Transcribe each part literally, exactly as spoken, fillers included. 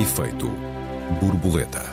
Efeito borboleta.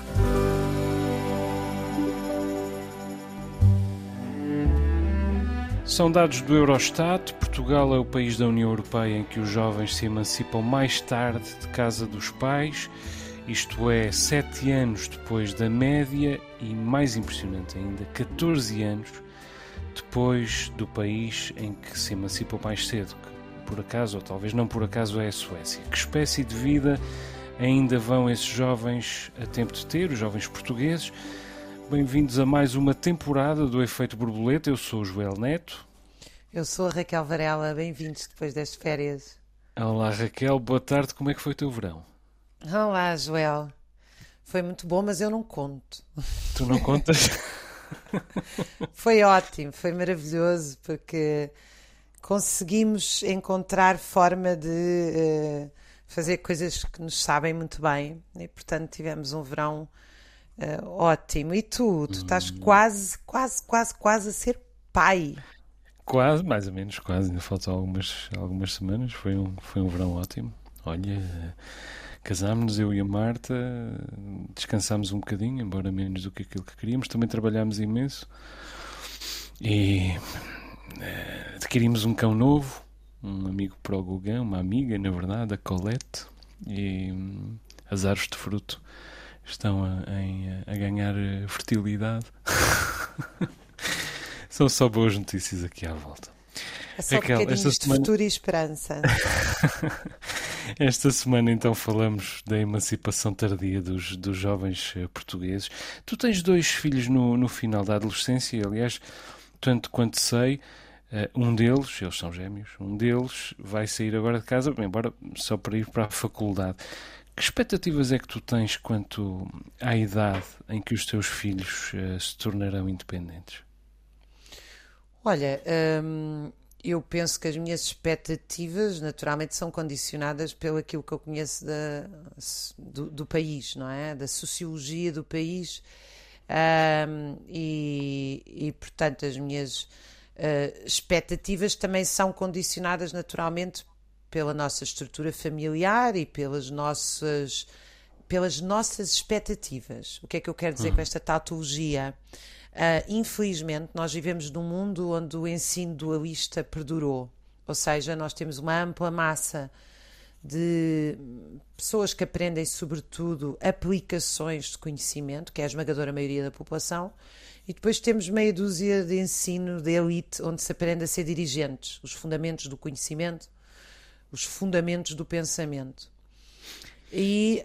São dados do Eurostat. Portugal é o país da União Europeia em que os jovens se emancipam mais tarde de casa dos pais, isto é, sete anos depois da média e, mais impressionante ainda, catorze anos depois do país em que se emancipam mais cedo, que por acaso, ou talvez não por acaso, é a Suécia. Que espécie de vida ainda vão esses jovens a tempo de ter, os jovens portugueses? Bem-vindos a mais uma temporada do Efeito Borboleta. Eu sou o Joel Neto. Eu sou a Raquel Varela. Bem-vindos depois das férias. Olá, Raquel. Boa tarde. Como é que foi o teu verão? Olá, Joel. Foi muito bom, mas eu não conto. Tu não contas? Foi ótimo, foi maravilhoso, porque conseguimos encontrar forma de uh, fazer coisas que nos sabem muito bem e, portanto, tivemos um verão uh, ótimo. E tu? Tu estás hum. quase, quase, quase, quase a ser pai. Quase, mais ou menos, quase. Ainda faltam algumas, algumas semanas. Foi um, foi um verão ótimo. Olha, casámos-nos, eu e a Marta, descansámos um bocadinho, embora menos do que aquilo que queríamos. Também trabalhámos imenso. E uh, adquirimos um cão novo, um amigo para o Gugão, uma amiga, na verdade, a Colette. E um, as árvores de fruto estão a, em, a ganhar fertilidade. São só boas notícias aqui à volta. É só Raquel, bocadinhos esta de semana... futuro e esperança. Esta semana então falamos da emancipação tardia dos, dos jovens portugueses. Tu tens dois filhos no, no final da adolescência, aliás, tanto quanto sei, um deles, eles são gêmeos, um deles vai sair agora de casa, embora só para ir para a faculdade. Que expectativas é que tu tens quanto à idade em que os teus filhos uh, se tornarão independentes? Olha, hum, eu penso que as minhas expectativas naturalmente são condicionadas pelo aquilo que eu conheço da, do, do país, não é? Da sociologia do país hum, e, e, portanto, as minhas uh, expectativas também são condicionadas naturalmente pela nossa estrutura familiar e pelas nossas, pelas nossas expectativas. O que é que eu quero dizer hum. com esta tautologia? Uh, infelizmente, nós vivemos num mundo onde o ensino dualista perdurou. Ou seja, nós temos uma ampla massa de pessoas que aprendem, sobretudo, aplicações de conhecimento, que é a esmagadora maioria da população, e depois temos meia dúzia de ensino de elite, onde se aprende a ser dirigentes, os fundamentos do conhecimento, os fundamentos do pensamento. E,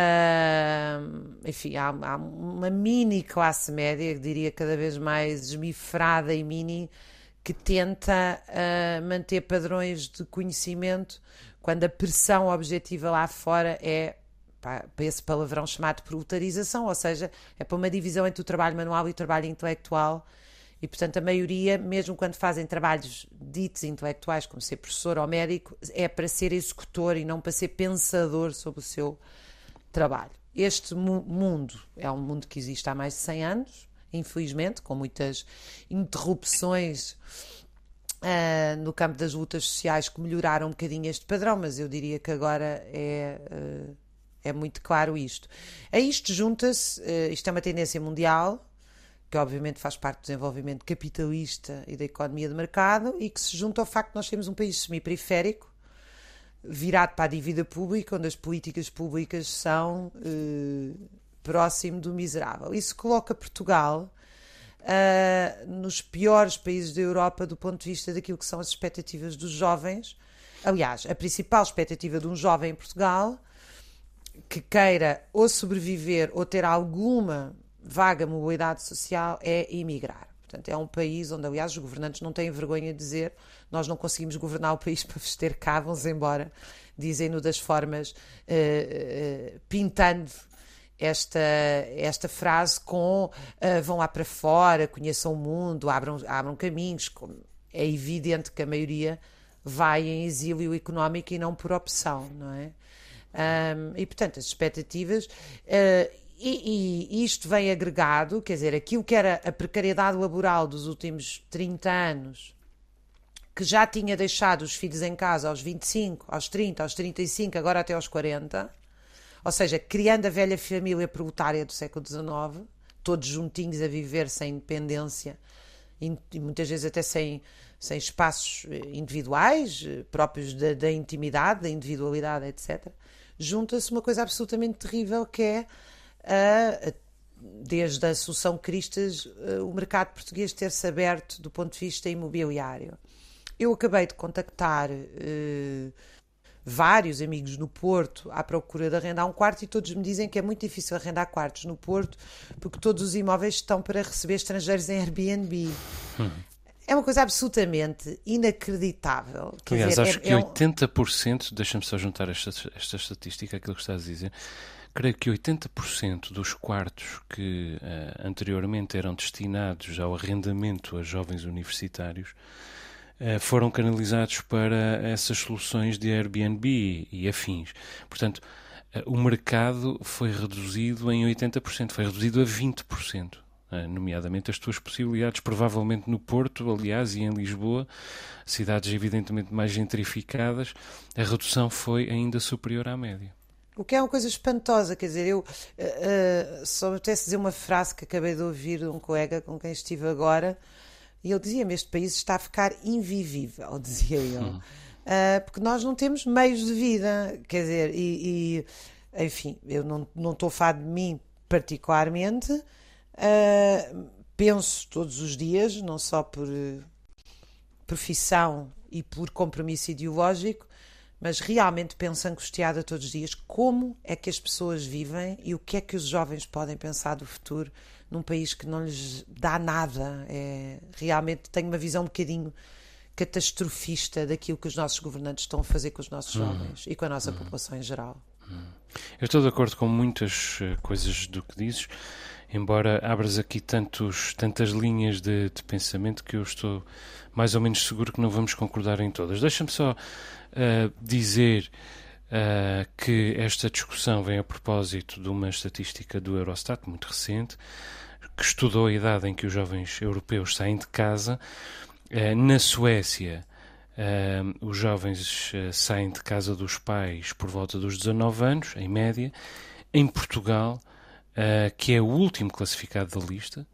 uh, enfim, há, há uma mini classe média, que diria cada vez mais esmifrada e mini, que tenta uh, manter padrões de conhecimento quando a pressão objetiva lá fora é para, para esse palavrão chamado proletarização, ou seja, é para uma divisão entre o trabalho manual e o trabalho intelectual. E, portanto, a maioria, mesmo quando fazem trabalhos ditos intelectuais, como ser professor ou médico, é para ser executor e não para ser pensador sobre o seu trabalho. Este mu- mundo é um mundo que existe há mais de cem anos, infelizmente, com muitas interrupções uh, no campo das lutas sociais que melhoraram um bocadinho este padrão, mas eu diria que agora é... Uh, é muito claro isto. A isto junta-se, uh, isto é uma tendência mundial, que obviamente faz parte do desenvolvimento capitalista e da economia de mercado e que se junta ao facto de nós termos um país semi-periférico virado para a dívida pública, onde as políticas públicas são eh, próximo do miserável. Isso coloca Portugal uh, nos piores países da Europa do ponto de vista daquilo que são as expectativas dos jovens. Aliás, a principal expectativa de um jovem em Portugal que queira ou sobreviver ou ter alguma vaga mobilidade social é emigrar. Portanto, é um país onde, aliás, os governantes não têm vergonha de dizer nós não conseguimos governar o país para vos ter cá, vamos embora, dizem-no das formas, uh, uh, pintando esta, esta frase com uh, vão lá para fora, conheçam o mundo, abram, abram caminhos. É evidente que a maioria vai em exílio económico e não por opção, não é? Um, e, portanto, as expectativas... Uh, E, e isto vem agregado, quer dizer, aquilo que era a precariedade laboral dos últimos trinta anos, que já tinha deixado os filhos em casa aos vinte e cinco, aos trinta, aos trinta e cinco, agora até aos quarenta, Ou seja, criando a velha família proletária do século dezenove, todos juntinhos a viver sem independência e muitas vezes até sem, sem espaços individuais, próprios da, da intimidade, da individualidade, etcétera. Junta-se uma coisa absolutamente terrível que é, a, a, desde a Assunção Cristas, o mercado português ter-se aberto do ponto de vista imobiliário. Eu acabei de contactar eh, vários amigos no Porto à procura de arrendar um quarto e todos me dizem que é muito difícil arrendar quartos no Porto porque todos os imóveis estão para receber estrangeiros em Airbnb. Hum. É uma coisa absolutamente inacreditável. Quer Aliás, dizer, acho é, que é oitenta por cento, deixa-me só juntar esta, esta estatística àquilo que estás a dizer, creio que oitenta por cento dos quartos que uh, anteriormente eram destinados ao arrendamento a jovens universitários uh, foram canalizados para essas soluções de Airbnb e afins. Portanto, uh, o mercado foi reduzido em oitenta por cento, foi reduzido a vinte por cento. Nomeadamente as tuas possibilidades, provavelmente no Porto, aliás, e em Lisboa, cidades evidentemente mais gentrificadas, a redução foi ainda superior à média. O que é uma coisa espantosa, quer dizer, eu uh, uh, só me apetece dizer uma frase que acabei de ouvir de um colega com quem estive agora, e ele dizia-me, este país está a ficar invivível, dizia ele, hum. uh, porque nós não temos meios de vida, quer dizer, e, e enfim, eu não, não estou a falar de mim particularmente. Uh, penso todos os dias, não só por uh, profissão e por compromisso ideológico, mas realmente penso angustiada todos os dias como é que as pessoas vivem e o que é que os jovens podem pensar do futuro num país que não lhes dá nada. É, realmente tenho uma visão um bocadinho catastrofista daquilo que os nossos governantes estão a fazer com os nossos hum. jovens e com a nossa hum. população em geral. Hum. Eu estou de acordo com muitas uh, coisas do que dizes, embora abras aqui tantos, tantas linhas de, de pensamento que eu estou mais ou menos seguro que não vamos concordar em todas. Deixa-me só uh, dizer uh, que esta discussão vem a propósito de uma estatística do Eurostat, muito recente, que estudou a idade em que os jovens europeus saem de casa. Uh, na Suécia, uh, os jovens uh, saem de casa dos pais por volta dos dezanove anos, em média. Em Portugal, Uh, que é o último classificado da lista,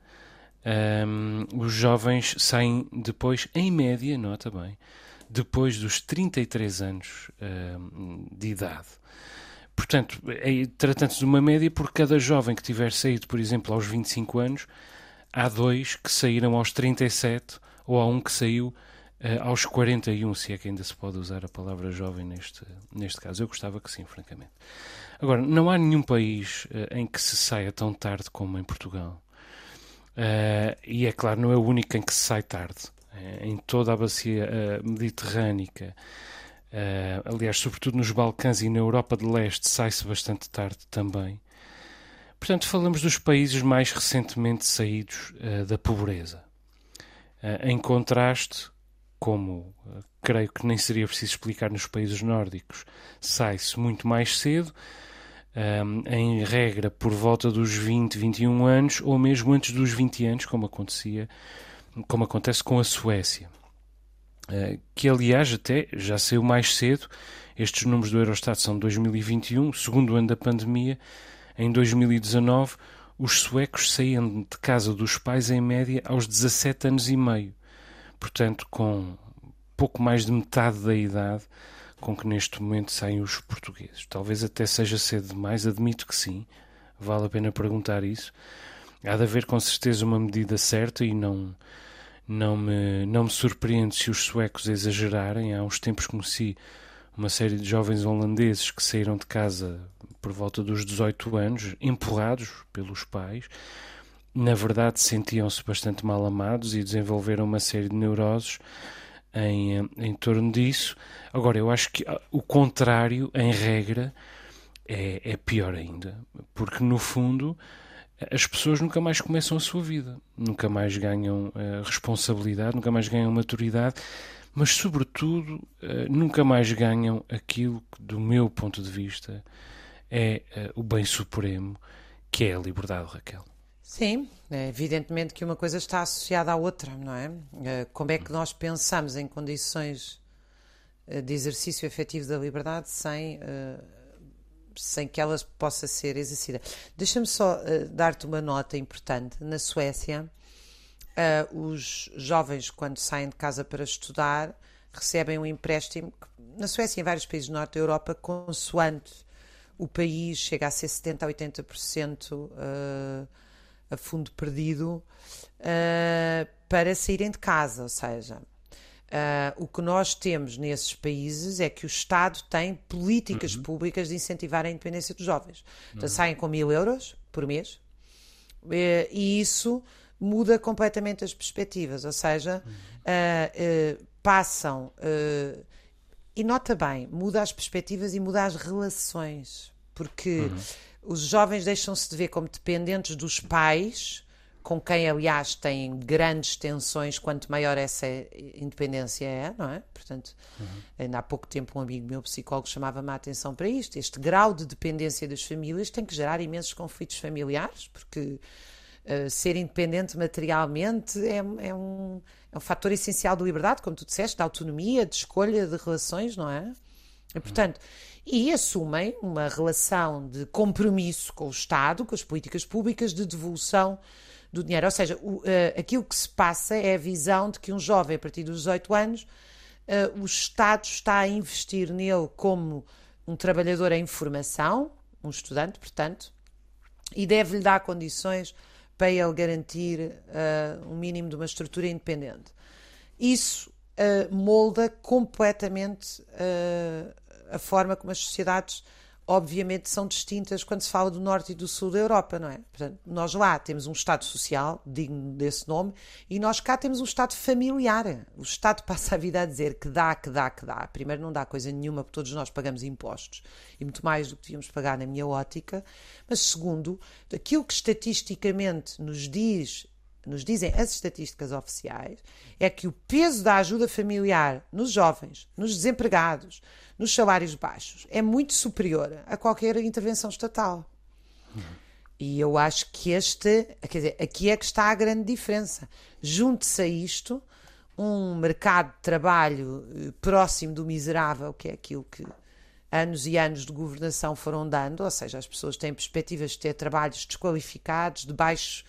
um, os jovens saem depois, em média, nota bem, depois dos trinta e três anos uh, de idade. Portanto, é, tratando-se de uma média, por cada jovem que tiver saído, por exemplo, aos vinte e cinco anos, há dois que saíram aos trinta e sete ou há um que saiu uh, aos quarenta e um, se é que ainda se pode usar a palavra jovem neste, neste caso. Eu gostava que sim, francamente. Agora, não há nenhum país uh, em que se saia tão tarde como em Portugal. Uh, e, é claro, não é o único em que se sai tarde. Uh, em toda a bacia uh, mediterrânica, uh, aliás, sobretudo nos Balcãs e na Europa de Leste, sai-se bastante tarde também. Portanto, falamos dos países mais recentemente saídos uh, da pobreza. Uh, em contraste, como uh, creio que nem seria preciso explicar nos países nórdicos, sai-se muito mais cedo, Um, em regra por volta dos vinte, vinte e um anos ou mesmo antes dos vinte anos, como acontecia, como acontece com a Suécia, uh, que aliás até já saiu mais cedo. Estes números do Eurostat são de dois mil e vinte e um, segundo ano da pandemia. Em dois mil e dezanove os suecos saíam de casa dos pais em média aos dezassete anos e meio, portanto com pouco mais de metade da idade com que neste momento saem os portugueses. Talvez até seja cedo demais, admito que sim, vale a pena perguntar isso. Há de haver com certeza uma medida certa e não, não, me, não me surpreende se os suecos exagerarem. Há uns tempos conheci uma série de jovens holandeses que saíram de casa por volta dos dezoito anos, empurrados pelos pais. Na verdade sentiam-se bastante mal amados e desenvolveram uma série de neuroses Em, em torno disso. Agora, eu acho que o contrário, em regra, é, é pior ainda, porque no fundo as pessoas nunca mais começam a sua vida, nunca mais ganham uh, responsabilidade, nunca mais ganham maturidade, mas sobretudo uh, nunca mais ganham aquilo que, do meu ponto de vista, é uh, o bem supremo, que é a liberdade, Raquel. Sim, é evidentemente que uma coisa está associada à outra, não é? Como é que nós pensamos em condições de exercício efetivo da liberdade sem uh, sem que ela possa ser exercida. Deixa-me só uh, dar-te uma nota importante. Na Suécia, uh, os jovens, quando saem de casa para estudar, recebem um empréstimo. Na Suécia e em vários países do norte da Europa, consoante o país, chega a ser setenta por cento a oitenta por cento uh, a fundo perdido uh, para saírem de casa. Ou seja, uh, o que nós temos nesses países é que o Estado tem políticas uhum. públicas de incentivar a independência dos jovens. Então, uhum. saem com mil euros por mês uh, e isso muda completamente as perspectivas. Ou seja, uhum. uh, uh, passam... Uh, E nota bem, muda as perspectivas e muda as relações, porque uhum. os jovens deixam-se de ver como dependentes dos pais, com quem, aliás, têm grandes tensões quanto maior essa independência é, não é? Portanto, uhum. ainda há pouco tempo um amigo meu, psicólogo, chamava-me a atenção para isto. Este grau de dependência das famílias tem que gerar imensos conflitos familiares, porque uh, ser independente materialmente é, é um... É um fator essencial de liberdade, como tu disseste, de autonomia, de escolha de relações, não é? E, portanto, e assumem uma relação de compromisso com o Estado, com as políticas públicas de devolução do dinheiro. Ou seja, o, uh, aquilo que se passa é a visão de que um jovem, a partir dos dezoito anos, uh, o Estado está a investir nele como um trabalhador em formação, um estudante, portanto, e deve-lhe dar condições para ele garantir uh, um mínimo de uma estrutura independente. Isso uh, molda completamente uh, a forma como as sociedades, obviamente, são distintas quando se fala do norte e do sul da Europa, não é? Portanto, nós lá temos um Estado social, digno desse nome, e nós cá temos um Estado familiar. O Estado passa a vida a dizer que dá, que dá, que dá. Primeiro, não dá coisa nenhuma, porque todos nós pagamos impostos, e muito mais do que devíamos pagar na minha ótica. Mas, segundo, aquilo que estatisticamente nos diz, nos dizem as estatísticas oficiais, é que o peso da ajuda familiar nos jovens, nos desempregados, nos salários baixos, é muito superior a qualquer intervenção estatal. Uhum. E eu acho que este, quer dizer, aqui é que está a grande diferença. Junte-se a isto um mercado de trabalho próximo do miserável, que é aquilo que anos e anos de governação foram dando, ou seja, as pessoas têm perspectivas de ter trabalhos desqualificados, de baixo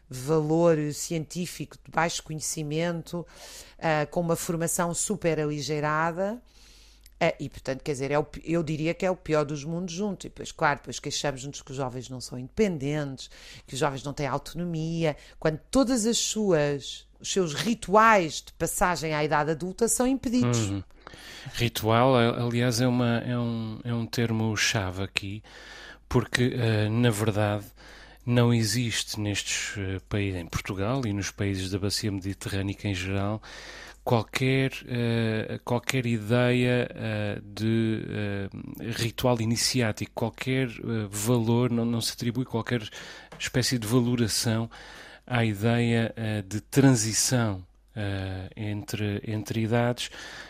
valor científico, de baixo conhecimento, uh, com uma formação super aligeirada. Uh, e, portanto, quer dizer, é o, eu diria que é o pior dos mundos junto. E depois, claro, depois queixamos-nos que os jovens não são independentes, que os jovens não têm autonomia, quando todas as suas, os seus rituais de passagem à idade adulta são impedidos. Uhum. Ritual, aliás, é, uma, é, um, é um termo-chave aqui, porque, uh, na verdade, não existe nestes uh, países, em Portugal e nos países da bacia mediterrânica em geral, qualquer, uh, qualquer ideia uh, de uh, ritual iniciático, qualquer uh, valor, não, não se atribui qualquer espécie de valoração à ideia uh, de transição uh, entre, entre idades.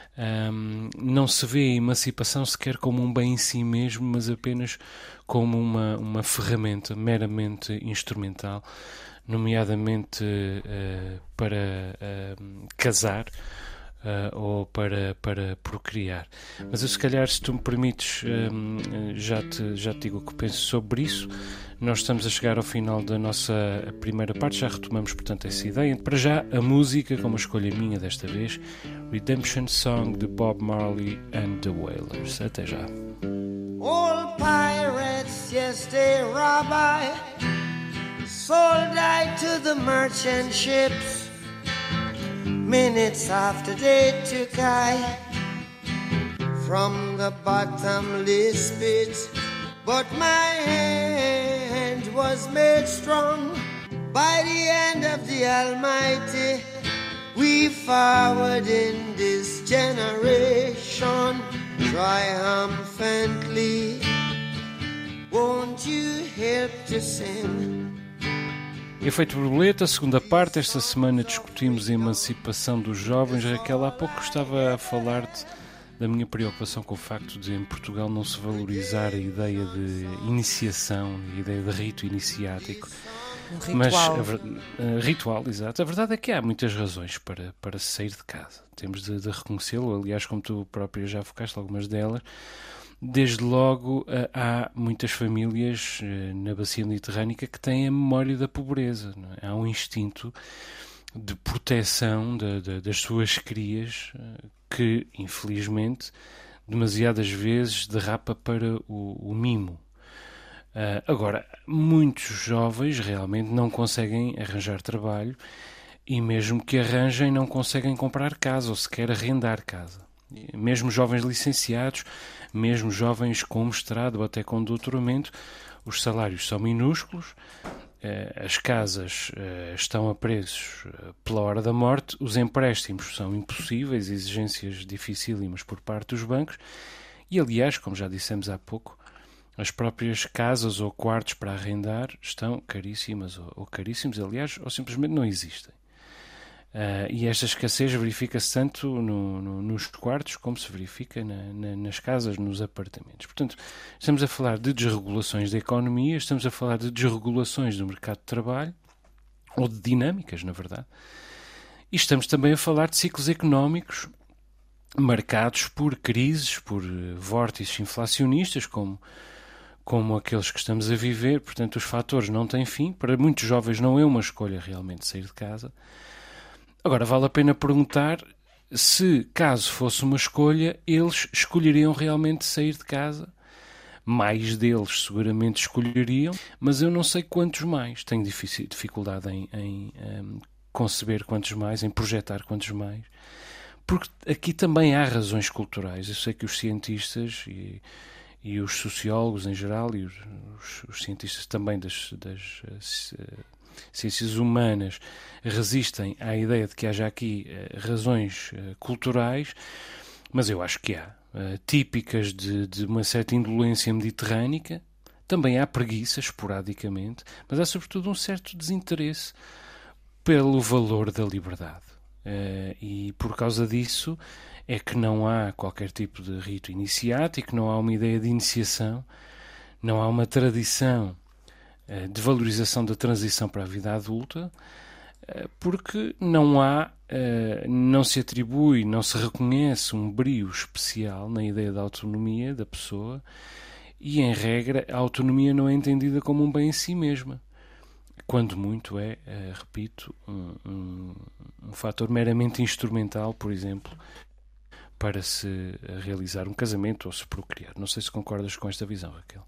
Um, não se vê a emancipação sequer como um bem em si mesmo, mas apenas como uma, uma ferramenta meramente instrumental, nomeadamente uh, para uh, casar uh, ou para, para procriar. Mas eu, se calhar, se tu me permites, um, já, te, já te digo o que penso sobre isso. Nós estamos a chegar ao final da nossa primeira parte, já retomamos, portanto, essa ideia. Para já, a música, como a escolha minha desta vez, Redemption Song de Bob Marley and the Wailers. Até já. Old pirates, yes, they rob I, sold I to the merchant ships. Minutes after they took I from the bottomless pit. But my hand was made strong by the hand of the Almighty. We forward in this generation triumphantly. Won't you help to sing? Efeito Borboleta, segunda parte. Esta semana discutimos a emancipação dos jovens. Raquel, há pouco estava a falar-te da minha preocupação com o facto de em Portugal não se valorizar a ideia de iniciação, a ideia de rito iniciático. Um ritual. Mas, a, uh, ritual, exato. A verdade é que há muitas razões para, para sair de casa. Temos de, de reconhecê-lo, aliás, como tu própria já focaste algumas delas. desde logo há muitas famílias na bacia mediterrânica que têm a memória da pobreza, não é? Há um instinto de proteção de, de, das suas crias que, infelizmente, demasiadas vezes derrapa para o, o mimo. Uh, agora, muitos jovens realmente não conseguem arranjar trabalho e mesmo que arranjem não conseguem comprar casa ou sequer arrendar casa. Mesmo jovens licenciados, mesmo jovens com mestrado ou até com doutoramento, os salários são minúsculos, uh, as casas uh, estão a preços uh, pela hora da morte, os empréstimos são impossíveis, exigências dificílimas por parte dos bancos e, aliás, como já dissemos há pouco, as próprias casas ou quartos para arrendar estão caríssimas ou, ou caríssimos, aliás, ou simplesmente não existem. Uh, e esta escassez verifica-se tanto no, no, nos quartos como se verifica na, na, nas casas, nos apartamentos. Portanto, estamos a falar de desregulações da economia, estamos a falar de desregulações do mercado de trabalho, ou de dinâmicas, na verdade, e estamos também a falar de ciclos económicos marcados por crises, por vórtices inflacionistas, como como aqueles que estamos a viver. Portanto, os fatores não têm fim. Para muitos jovens não é uma escolha realmente sair de casa. Agora, vale a pena perguntar se, caso fosse uma escolha, eles escolheriam realmente sair de casa. Mais deles seguramente escolheriam, mas eu não sei quantos mais. Tenho dificuldade em, em um, conceber quantos mais, em projetar quantos mais. Porque aqui também há razões culturais. Eu sei que os cientistas e e os sociólogos em geral e os, os, os cientistas também das, das uh, ciências humanas resistem à ideia de que haja aqui uh, razões uh, culturais, mas eu acho que há, uh, típicas de, de uma certa indolência mediterrânica. Também há preguiça, esporadicamente, mas há sobretudo um certo desinteresse pelo valor da liberdade. Uh, e por causa disso é que não há qualquer tipo de rito iniciático, não há uma ideia de iniciação, não há uma tradição uh, de valorização da transição para a vida adulta, uh, porque não há, uh, não se atribui, não se reconhece um brio especial na ideia da autonomia da pessoa e, em regra, a autonomia não é entendida como um bem em si mesma. Quando muito é, uh, repito, um, um, um fator meramente instrumental, por exemplo, para se realizar um casamento ou se procriar. Não sei se concordas com esta visão, Raquel.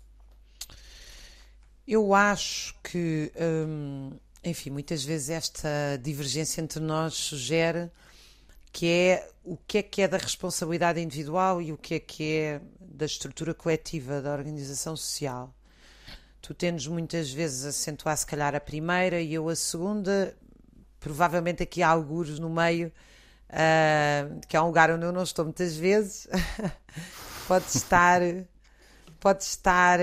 Eu acho que, hum, enfim, muitas vezes esta divergência entre nós sugere que é o que é que é da responsabilidade individual e o que é que é da estrutura coletiva da organização social. Tu tendes muitas vezes a acentuar se calhar a primeira e eu a segunda, provavelmente aqui há algures no meio, uh, que é um lugar onde eu não estou muitas vezes, pode estar, pode estar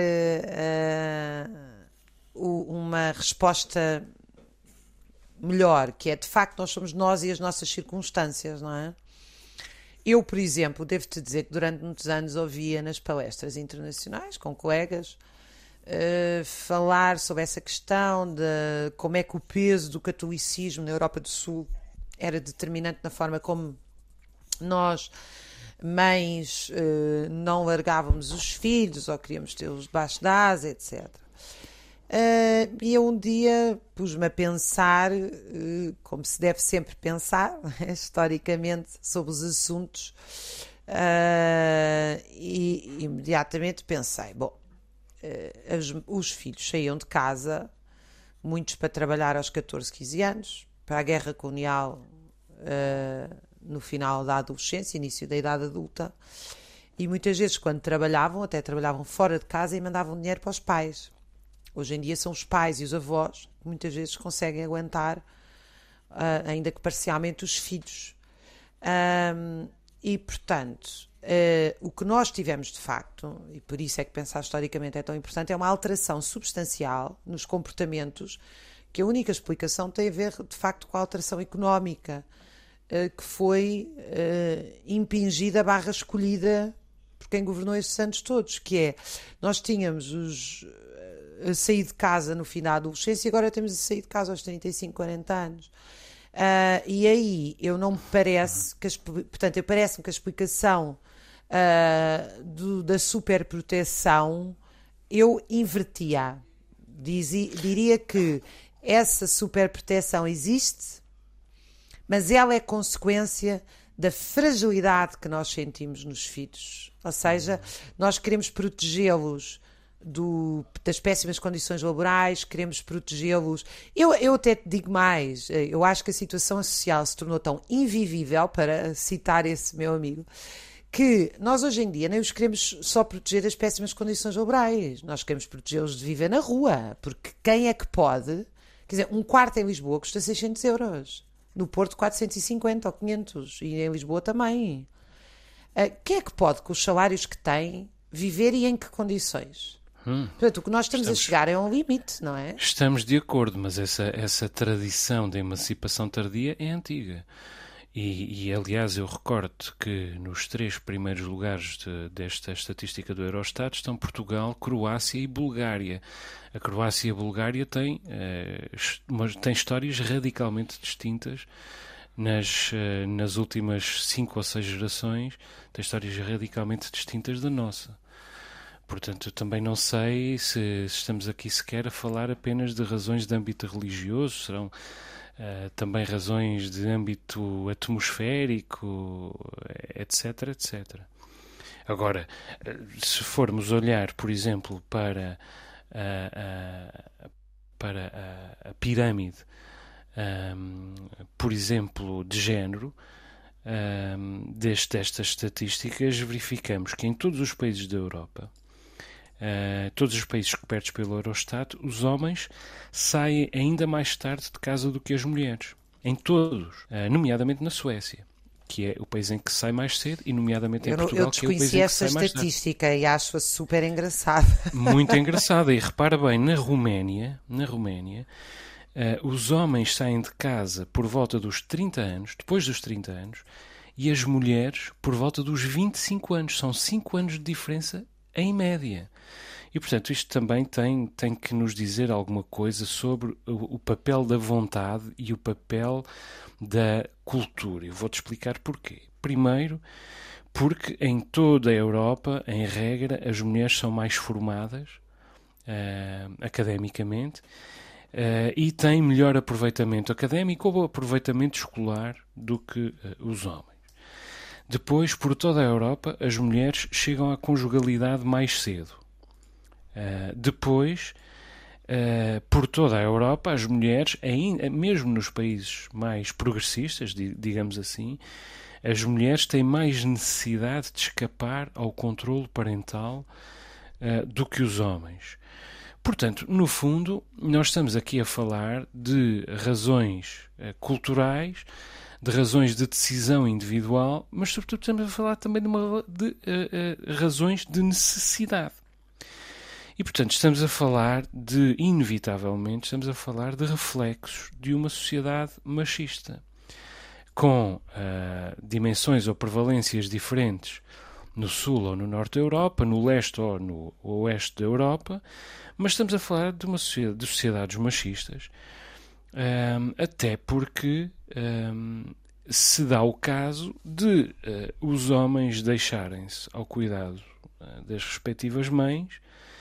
uh, uma resposta melhor, que é de facto nós somos nós e as nossas circunstâncias, não é? Eu, por exemplo, devo-te dizer que durante muitos anos ouvia nas palestras internacionais com colegas Uh, falar sobre essa questão de como é que o peso do catolicismo na Europa do Sul era determinante na forma como nós, mães, uh, não largávamos os filhos ou queríamos tê-los debaixo da asa, etcétera. Uh, e eu um dia pus-me a pensar, uh, como se deve sempre pensar, historicamente, sobre os assuntos, uh, e imediatamente pensei, bom, Os, os filhos saíam de casa, muitos para trabalhar aos catorze, quinze anos, para a guerra colonial uh, no final da adolescência, início da idade adulta, e muitas vezes quando trabalhavam, até trabalhavam fora de casa e mandavam dinheiro para os pais. Hoje em dia são os pais e os avós que muitas vezes conseguem aguentar, uh, ainda que parcialmente, os filhos. Um, e portanto... Uh, o que nós tivemos de facto, e por isso é que pensar historicamente é tão importante, é uma alteração substancial nos comportamentos, que a única explicação tem a ver de facto com a alteração económica, uh, que foi uh, impingida barra escolhida por quem governou estes anos todos, que é, nós tínhamos os, uh, a sair de casa no fim da adolescência e agora temos a sair de casa aos trinta e cinco, quarenta anos. Uh, e aí eu não me parece, que a, portanto, parece-me que a explicação uh, do, da superproteção, eu invertia. Dizi, diria que essa superproteção existe, mas ela é consequência da fragilidade que nós sentimos nos filhos. Ou seja, nós queremos protegê-los do, das péssimas condições laborais, queremos protegê-los. Eu, eu até te digo mais, eu acho que a situação social se tornou tão invivível, para citar esse meu amigo, que nós hoje em dia nem os queremos só proteger das péssimas condições laborais, nós queremos protegê-los de viver na rua, porque quem é que pode? Quer dizer, um quarto em Lisboa custa seiscentos euros, no Porto quatrocentos e cinquenta ou quinhentos, e em Lisboa também. Uh, quem é que pode, com os salários que tem, viver e em que condições? Hum, Portanto, o que nós estamos, estamos a chegar é um limite, não é? Estamos de acordo, mas essa, essa tradição da emancipação tardia é antiga. E, e, aliás, eu recordo que nos três primeiros lugares de, desta estatística do Eurostat estão Portugal, Croácia e Bulgária. A Croácia e a Bulgária têm, uh, uma, têm histórias radicalmente distintas. Nas, uh, nas últimas cinco ou seis gerações, têm histórias radicalmente distintas da nossa. Portanto, eu também não sei se, se estamos aqui sequer a falar apenas de razões de âmbito religioso, serão Uh, também razões de âmbito atmosférico, etc, etcétera. Agora, se formos olhar, por exemplo, para a, a, para a, a pirâmide, um, por exemplo, de género, um, deste, destas estatísticas, verificamos que em todos os países da Europa, Uh, todos os países cobertos pelo Eurostat, os homens saem ainda mais tarde de casa do que as mulheres. Em todos, uh, nomeadamente na Suécia, que é o país em que se sai mais cedo, e nomeadamente em eu, Portugal, eu que é o país em que se sai mais tarde. Eu desconheci esta estatística e acho-a super engraçada. Muito engraçada. E repara bem, na Roménia, na Roménia, uh, os homens saem de casa por volta dos trinta anos, depois dos trinta anos, e as mulheres por volta dos vinte e cinco anos. São cinco anos de diferença em média. E, portanto, isto também tem, tem que nos dizer alguma coisa sobre o, o papel da vontade e o papel da cultura. Eu vou-te explicar porquê. Primeiro, porque em toda a Europa, em regra, as mulheres são mais formadas uh, academicamente uh, e têm melhor aproveitamento académico ou aproveitamento escolar do que uh, os homens. Depois, por toda a Europa, as mulheres chegam à conjugalidade mais cedo. Uh, depois, uh, por toda a Europa, as mulheres, ainda, mesmo nos países mais progressistas, digamos assim, as mulheres têm mais necessidade de escapar ao controle parental uh, do que os homens. Portanto, no fundo, nós estamos aqui a falar de razões uh, culturais, de razões de decisão individual, mas sobretudo estamos a falar também de, uma, de uh, uh, razões de necessidade. E, portanto, estamos a falar de, inevitavelmente, estamos a falar de reflexos de uma sociedade machista, com uh, dimensões ou prevalências diferentes no sul ou no norte da Europa, no leste ou no oeste da Europa, mas estamos a falar de uma sociedade, de sociedades machistas, um, até porque um, se dá o caso de uh, os homens deixarem-se ao cuidado uh, das respectivas mães.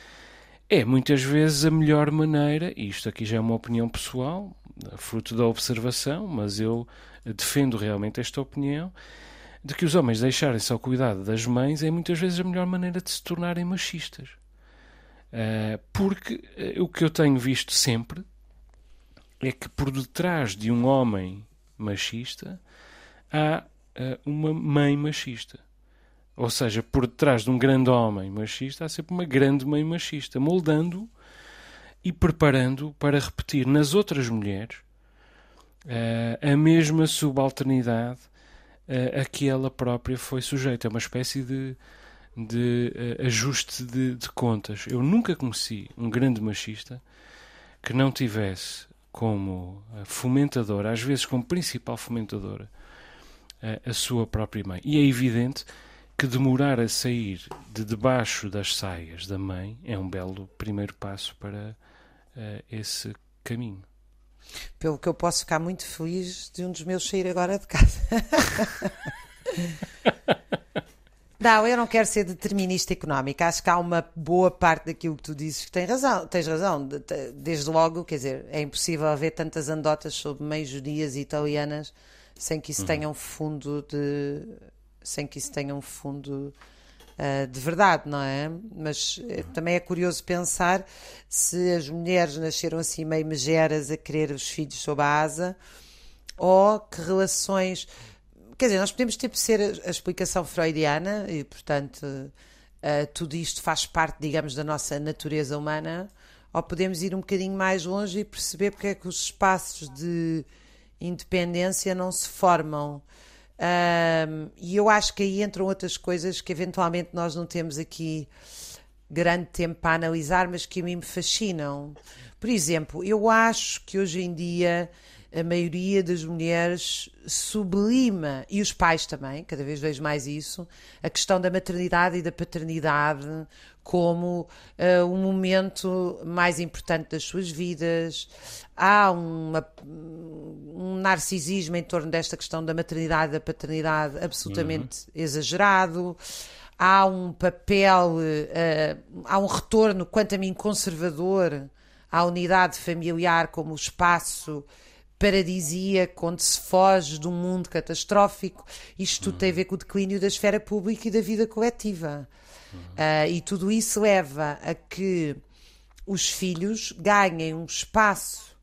É muitas vezes a melhor maneira, e isto aqui já é uma opinião pessoal, fruto da observação, mas eu defendo realmente esta opinião, de que os homens deixarem-se ao cuidado das mães é muitas vezes a melhor maneira de se tornarem machistas. Uh, porque uh, o que eu tenho visto sempre é que por detrás de um homem machista há uh, uma mãe machista. Ou seja, por detrás de um grande homem machista há sempre uma grande mãe machista, moldando e preparando para repetir nas outras mulheres uh, a mesma subalternidade uh, a que ela própria foi sujeita. É uma espécie de, de uh, ajuste de, de contas. Eu nunca conheci um grande machista que não tivesse como fomentadora, às vezes como principal fomentadora, uh, a sua própria mãe. E é evidente que demorar a sair de debaixo das saias da mãe é um belo primeiro passo para uh, esse caminho. Pelo que eu posso ficar muito feliz de um dos meus sair agora de casa. Não, eu não quero ser determinista económica. Acho que há uma boa parte daquilo que tu dizes que tem razão, tens razão. Desde logo, quer dizer, é impossível haver tantas anedotas sobre meios-dias italianas sem que isso uhum. tenha um fundo de... sem que isso tenha um fundo uh, de verdade, não é? Mas uh, também é curioso pensar se as mulheres nasceram assim meio megeras a querer os filhos sob a asa, ou que relações... Quer dizer, nós podemos ter que ser a, a explicação freudiana e, portanto, uh, tudo isto faz parte, digamos, da nossa natureza humana, ou podemos ir um bocadinho mais longe e perceber porque é que os espaços de independência não se formam. Um, e eu acho que aí entram outras coisas que eventualmente nós não temos aqui grande tempo para analisar, mas que a mim me fascinam. Por exemplo, eu acho que hoje em dia a maioria das mulheres sublima, e os pais também, cada vez vejo mais isso, a questão da maternidade e da paternidade como uh, um momento mais importante das suas vidas. Há uma, um narcisismo em torno desta questão da maternidade e da paternidade absolutamente uhum. exagerado. Há um papel, uh, há um retorno, quanto a mim, conservador à unidade familiar como espaço paradisíaco, onde se foge de um mundo catastrófico. Isto tudo tem a ver com o declínio da esfera pública e da vida coletiva. Uh, e tudo isso leva a que os filhos ganhem um espaço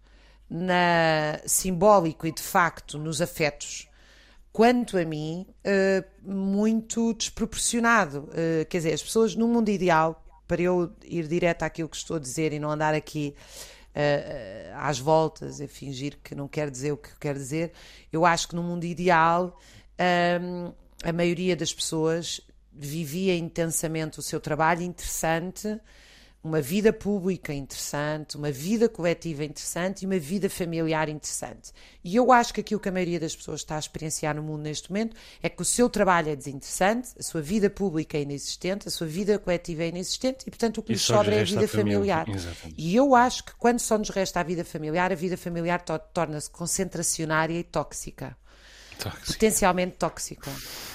na, simbólico e de facto nos afetos, quanto a mim, uh, muito desproporcionado. Uh, quer dizer, as pessoas no mundo ideal, para eu ir direto àquilo que estou a dizer e não andar aqui Uh, às voltas, a fingir que não quero dizer o que quero dizer, eu acho que no mundo ideal um, a maioria das pessoas vivia intensamente o seu trabalho interessante, uma vida pública interessante, uma vida coletiva interessante e uma vida familiar interessante. E eu acho que aquilo que a maioria das pessoas está a experienciar no mundo neste momento é que o seu trabalho é desinteressante, a sua vida pública é inexistente, a sua vida coletiva é inexistente e, portanto, o que lhes sobra é a vida familiar. E eu acho que quando só nos resta a vida familiar, a vida familiar to- torna-se concentracionária e tóxica. Tóxica. Potencialmente tóxica.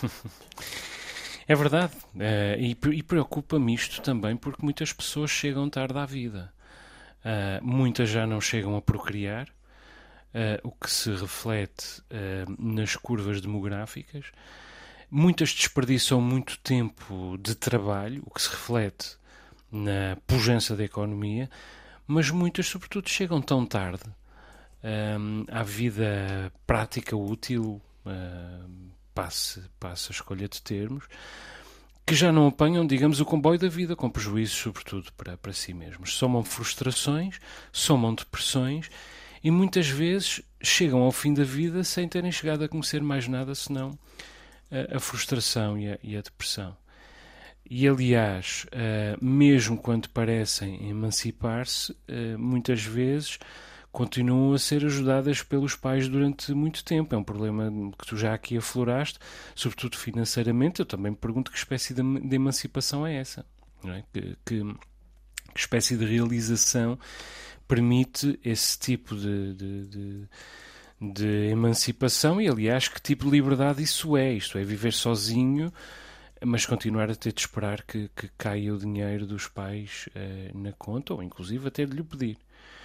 É verdade, uh, e, e preocupa-me isto também porque muitas pessoas chegam tarde à vida. Uh, muitas já não chegam a procriar, uh, o que se reflete uh, nas curvas demográficas. Muitas desperdiçam muito tempo de trabalho, o que se reflete na pujança da economia, mas muitas, sobretudo, chegam tão tarde uh, à vida prática útil, uh, Passe, passe a escolha de termos, que já não apanham, digamos, o comboio da vida, com prejuízos, sobretudo, para, para si mesmos. Somam frustrações, somam depressões e muitas vezes chegam ao fim da vida sem terem chegado a conhecer mais nada senão a, a frustração e a, e a depressão. E, aliás, uh, mesmo quando parecem emancipar-se, uh, muitas vezes continuam a ser ajudadas pelos pais durante muito tempo. É um problema que tu já aqui afloraste, sobretudo financeiramente. Eu também me pergunto que espécie de, de emancipação é essa, não é? Que, que, que espécie de realização permite esse tipo de, de, de, de emancipação e, aliás, que tipo de liberdade isso é? Isto é, viver sozinho, mas continuar a ter de esperar que, que caia o dinheiro dos pais eh, na conta, ou inclusive até de lhe pedir.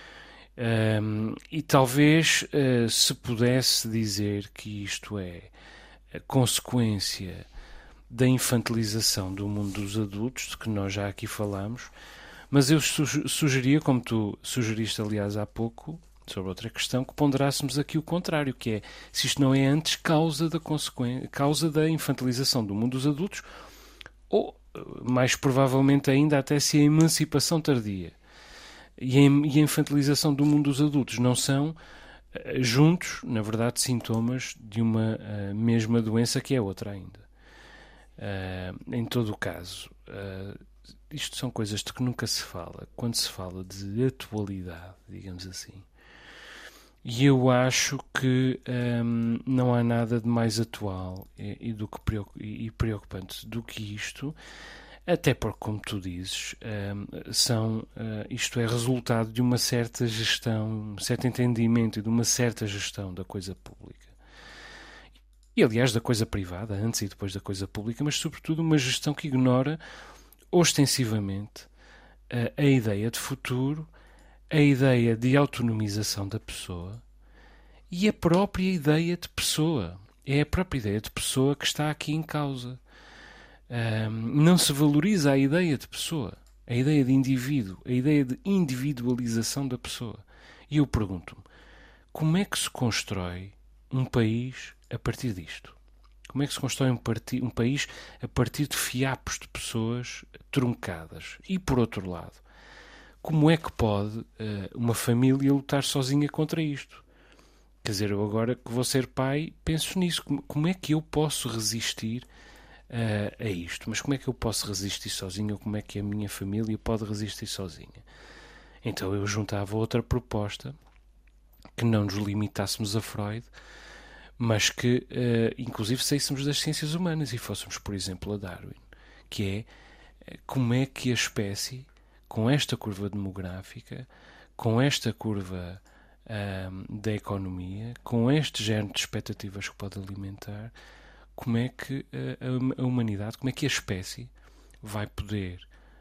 Um, e talvez uh, se pudesse dizer que isto é a consequência da infantilização do mundo dos adultos, de que nós já aqui falamos, mas eu su- sugeria, como tu sugeriste aliás há pouco, sobre outra questão, que ponderássemos aqui o contrário, que é se isto não é antes causa da, consequen- causa da infantilização do mundo dos adultos, ou mais provavelmente ainda até se a emancipação tardia e a infantilização do mundo dos adultos não são juntos, na verdade, sintomas de uma uh, mesma doença que é outra ainda. Uh, em todo o caso, uh, isto são coisas de que nunca se fala quando se fala de atualidade, digamos assim. E eu acho que um, não há nada de mais atual e, e, do que preocup- e preocupante do que isto. Até porque, como tu dizes, são, isto é resultado de uma certa gestão, um certo entendimento e de uma certa gestão da coisa pública. e aliás da coisa privada, antes e depois da coisa pública, mas sobretudo uma gestão que ignora ostensivamente a, a ideia de futuro, a ideia de autonomização da pessoa e a própria ideia de pessoa. É a própria ideia de pessoa que está aqui em causa. Um, não se valoriza a ideia de pessoa, a ideia de indivíduo, a ideia de individualização da pessoa. E eu pergunto-me, como é que se constrói um país a partir disto? Como é que se constrói um, um país a partir de fiapos de pessoas truncadas? E, por outro lado, como é que pode uh, uma família lutar sozinha contra isto? Quer dizer, eu agora que vou ser pai, penso nisso. Como, como é que eu posso resistir uh, a isto? Mas como é que eu posso resistir sozinho? Ou como é que a minha família pode resistir sozinha? Então eu juntava outra proposta, que não nos limitássemos a Freud, mas que, uh, inclusive, saíssemos das ciências humanas e fôssemos, por exemplo, a Darwin, que é como é que a espécie, com esta curva demográfica, com esta curva um, da economia, com este género de expectativas que pode alimentar, como é que uh, a humanidade, como é que a espécie vai poder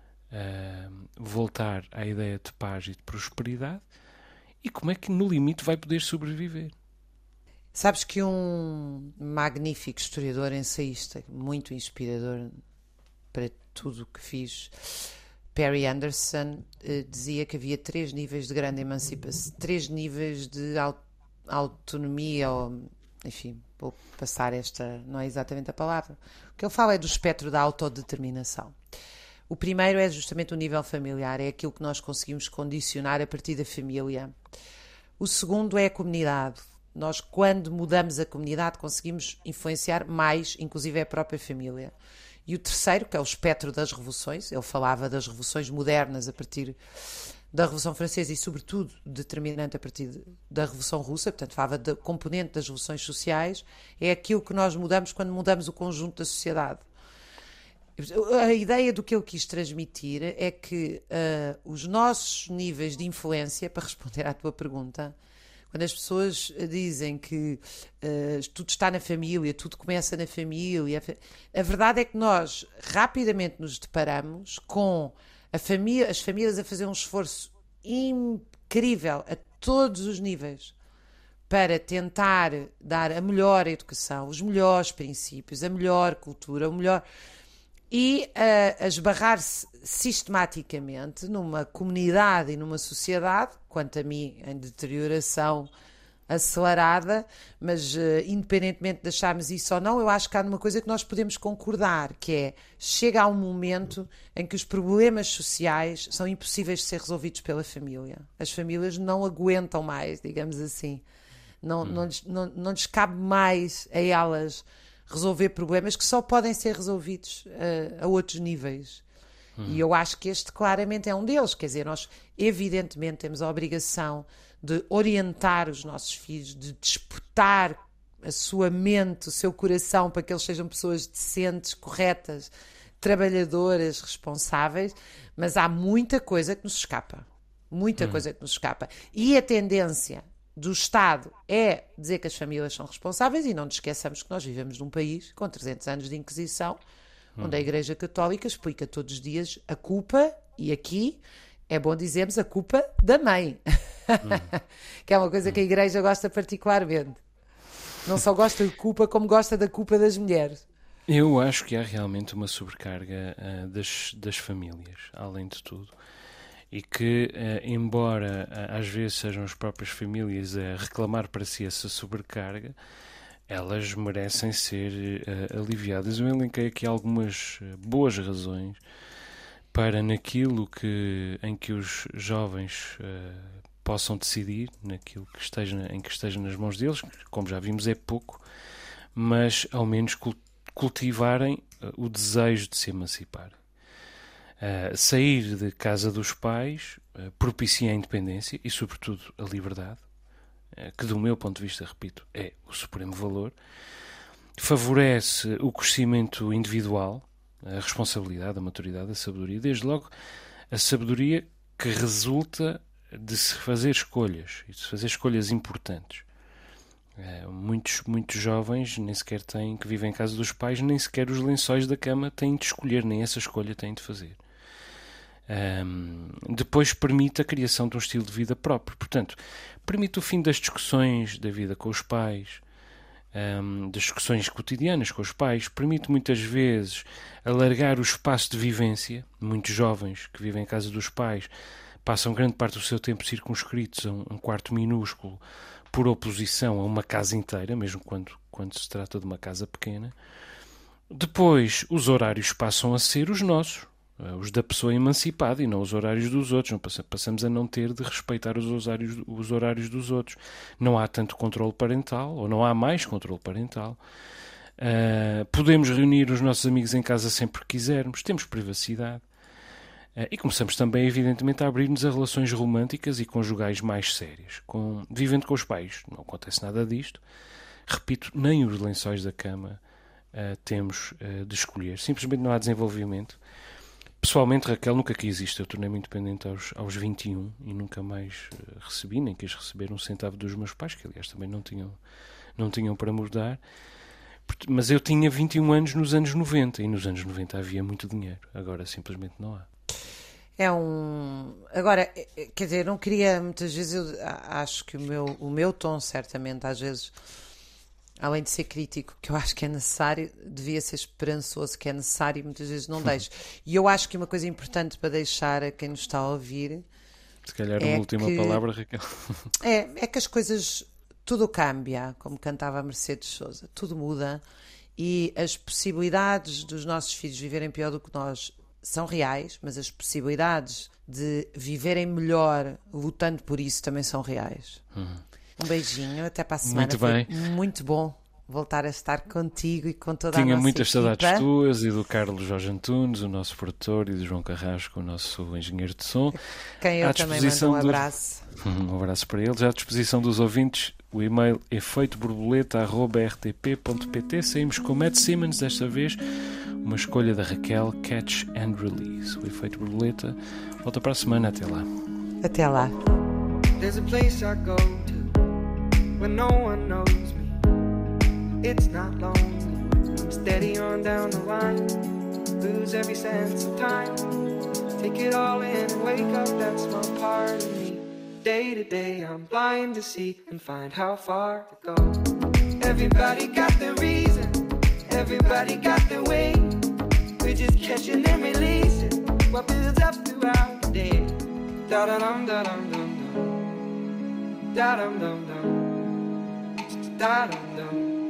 uh, voltar à ideia de paz e de prosperidade e como é que, no limite, vai poder sobreviver. Sabes que um magnífico historiador ensaísta, muito inspirador para tudo o que fiz, Perry Anderson, eh, dizia que havia três níveis de grande emancipação, três níveis de aut- autonomia, ou, enfim, vou passar esta, não é exatamente a palavra. O que ele fala é do espectro da autodeterminação. O primeiro é justamente o nível familiar, é aquilo que nós conseguimos condicionar a partir da família. O segundo é a comunidade. Nós, quando mudamos a comunidade, conseguimos influenciar mais, inclusive a própria família. E o terceiro, que é o espectro das revoluções, ele falava das revoluções modernas a partir da Revolução Francesa e, sobretudo, determinante a partir da Revolução Russa, portanto, falava da componente das revoluções sociais, é aquilo que nós mudamos quando mudamos o conjunto da sociedade. A ideia do que ele quis transmitir é que uh, os nossos níveis de influência, para responder à tua pergunta, quando as pessoas dizem que uh, tudo está na família, tudo começa na família, a verdade é que nós rapidamente nos deparamos com a família, as famílias a fazer um esforço incrível a todos os níveis para tentar dar a melhor educação, os melhores princípios, a melhor cultura, o melhor... e uh, a esbarrar-se sistematicamente numa comunidade e numa sociedade, quanto a mim, em deterioração acelerada, mas uh, independentemente de acharmos isso ou não, eu acho que há uma coisa que nós podemos concordar, que é, chega a um momento em que os problemas sociais são impossíveis de ser resolvidos pela família. As famílias não aguentam mais, digamos assim. Não, hum. não, lhes, não, não lhes cabe mais a elas resolver problemas que só podem ser resolvidos uh, a outros níveis. Hum. E eu acho que este claramente é um deles. Quer dizer, nós evidentemente temos a obrigação de orientar os nossos filhos, de disputar a sua mente, o seu coração, para que eles sejam pessoas decentes, corretas, trabalhadoras, responsáveis, mas há muita coisa que nos escapa. Muita hum. coisa que nos escapa. E a tendência do Estado é dizer que as famílias são responsáveis, e não nos esqueçamos que nós vivemos num país com trezentos anos de Inquisição, hum. onde a Igreja Católica explica todos os dias a culpa, e aqui é bom dizermos a culpa da mãe, hum. que é uma coisa que a Igreja gosta particularmente. Não só gosta de culpa, como gosta da culpa das mulheres. Eu acho que há realmente uma sobrecarga uh, das, das famílias, além de tudo. E que, uh, embora uh, às vezes sejam as próprias famílias a reclamar para si essa sobrecarga, elas merecem ser uh, aliviadas. Eu elenquei aqui algumas uh, boas razões para, naquilo que, em que os jovens uh, possam decidir, naquilo que esteja, em que esteja nas mãos deles, como já vimos é pouco, mas ao menos cultivarem uh, o desejo de se emancipar. Uh, sair de casa dos pais uh, propicia a independência e, sobretudo, a liberdade, uh, que, do meu ponto de vista, repito, é o supremo valor. Favorece o crescimento individual, a responsabilidade, a maturidade, a sabedoria. Desde logo, a sabedoria que resulta de se fazer escolhas, e de se fazer escolhas importantes. Uh, muitos, muitos jovens nem sequer têm, que vivem em casa dos pais, nem sequer os lençóis da cama têm de escolher, nem essa escolha têm de fazer. Um, depois permite a criação de um estilo de vida próprio. Portanto, permite o fim das discussões da vida com os pais, um, das discussões cotidianas com os pais, permite muitas vezes alargar o espaço de vivência. Muitos jovens que vivem em casa dos pais passam grande parte do seu tempo circunscritos a um, um quarto minúsculo, por oposição a uma casa inteira, mesmo quando, quando se trata de uma casa pequena. Depois, os horários passam a ser os nossos, os da pessoa emancipada, e não os horários dos outros. Não passamos a não ter de respeitar os horários, os horários dos outros. Não há tanto controle parental, ou não há mais controle parental. Uh, podemos reunir os nossos amigos em casa sempre que quisermos. Temos privacidade. Uh, e começamos também, evidentemente, a abrir-nos a relações românticas e conjugais mais sérias. Com, vivendo com os pais, não acontece nada disto. Repito, nem os lençóis da cama uh, temos uh, de escolher. Simplesmente não há desenvolvimento. Pessoalmente, Raquel, nunca quis isto. Eu tornei-me independente aos, aos vinte e um e nunca mais uh, recebi, nem quis receber um centavo dos meus pais, que aliás também não tinham, não tinham para me dar. Mas eu tinha vinte e um anos nos anos noventa, e nos anos noventa havia muito dinheiro. Agora simplesmente não há. É um... Agora, quer dizer, eu não queria, muitas vezes, eu acho que o meu, o meu tom, certamente, às vezes, além de ser crítico, que eu acho que é necessário, devia ser esperançoso, que é necessário, e muitas vezes não deixo. E eu acho que uma coisa importante para deixar a quem nos está a ouvir... Se calhar é uma última que... palavra, Raquel. É, é que as coisas... Tudo cambia, como cantava a Mercedes Sousa. Tudo muda e as possibilidades dos nossos filhos viverem pior do que nós são reais, mas as possibilidades de viverem melhor lutando por isso também são reais. Uhum. Um beijinho, até para a semana. Muito bem. Foi muito bom voltar a estar contigo e com toda Tinha a nossa muitas equipa. saudades tuas e do Carlos Jorge Antunes, o nosso produtor, e do João Carrasco, o nosso engenheiro de som. Quem eu à também disposição mando um do... abraço. Um abraço para eles. À disposição dos ouvintes, o e-mail efeito borboleta arroba r t p ponto p t. Saímos com Matt Simmons, desta vez uma escolha da Raquel, Catch and Release. O Efeito Borboleta volta para a semana. Até lá. Até lá. There's a place I go to when no one knows me. It's not lonely. I'm steady on down the line. Lose every sense of time. Take it all in and wake up that small part of me. Day to day I'm blind to see and find how far to go. Everybody got their reason. Everybody got their way. We're just catching and releasing what builds up throughout the day. Da da dum da dum dum dum. Da dum dum dum. Da dum dum.